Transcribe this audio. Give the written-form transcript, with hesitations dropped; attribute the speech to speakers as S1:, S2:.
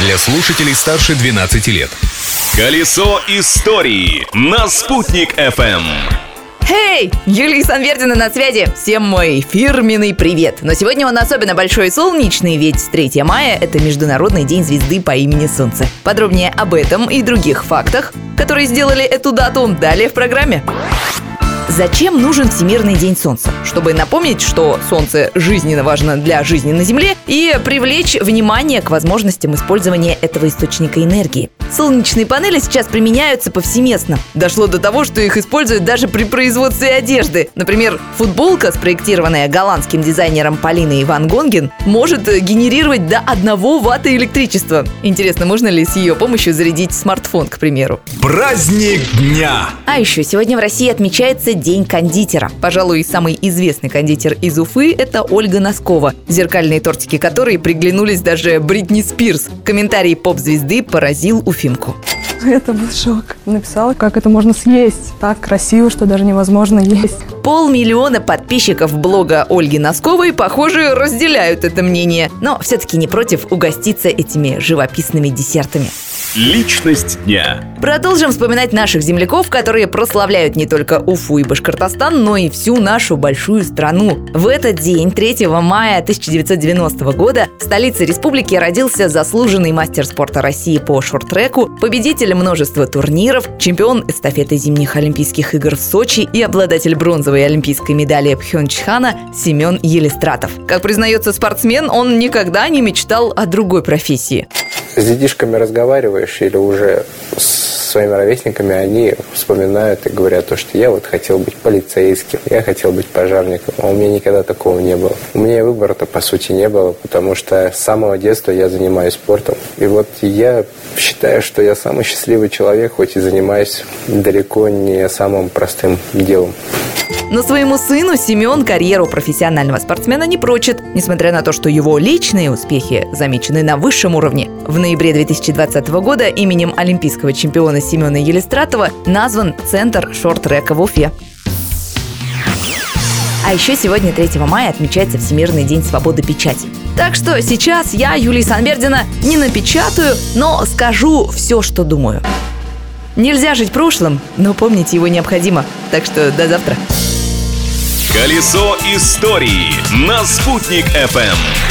S1: Для слушателей старше 12 лет.
S2: Колесо истории на Спутник FM.
S3: Эй, Юлия Санвердина на связи. Всем мой фирменный привет. Но сегодня он особенно большой и солнечный, ведь 3 мая – это Международный день звезды по имени Солнце. Подробнее об этом и других фактах, которые сделали эту дату, далее в программе. Зачем нужен Всемирный день Солнца? Чтобы напомнить, что Солнце жизненно важно для жизни на Земле, и привлечь внимание к возможностям использования этого источника энергии. Солнечные панели сейчас применяются повсеместно. Дошло до того, что их используют даже при производстве одежды. Например, футболка, спроектированная голландским дизайнером Полиной Ван Гонген, может генерировать до 1 ватта электричества. Интересно, можно ли с ее помощью зарядить смартфон, к примеру?
S2: Праздник дня!
S3: А еще сегодня в России отмечается День кондитера. Пожалуй, самый известный кондитер из Уфы – это Ольга Носкова, зеркальные тортики которой приглянулись даже Бритни Спирс. Комментарий поп-звезды поразил уфимку.
S4: Это был шок. Написала, как это можно съесть. Так красиво, что даже невозможно есть.
S3: 500 000 подписчиков блога Ольги Носковой, похоже, разделяют это мнение, но все-таки не против угоститься этими живописными десертами.
S2: Личность дня.
S3: Продолжим вспоминать наших земляков, которые прославляют не только Уфу и Башкортостан, но и всю нашу большую страну. В этот день, 3 мая 1990 года, в столице республики родился заслуженный мастер спорта России по шорт-треку, победитель множества турниров, чемпион эстафеты зимних Олимпийских игр в Сочи и обладатель бронзовой олимпийской медали Пхёнчхана Семен Елистратов. Как признается спортсмен, он никогда не мечтал о другой профессии.
S5: С детишками разговариваешь или уже с своими ровесниками, они вспоминают и говорят то, что я вот хотел быть полицейским, я хотел быть пожарником, а у меня никогда такого не было. У меня выбора-то по сути не было, потому что с самого детства я занимаюсь спортом. И вот я считаю, что я самый счастливый человек, хоть и занимаюсь далеко не самым простым делом.
S3: Но своему сыну Семен карьеру профессионального спортсмена не прочит, несмотря на то, что его личные успехи замечены на высшем уровне. В ноябре 2020 года именем олимпийского чемпиона Семена Елистратова назван Центр шорт-трека в Уфе. А еще сегодня, 3 мая, отмечается Всемирный день свободы печати. Так что сейчас я, Юлия Санвердина, не напечатаю, но скажу все, что думаю. Нельзя жить прошлым, но помнить его необходимо. Так что до завтра.
S2: Колесо истории на Спутник FM.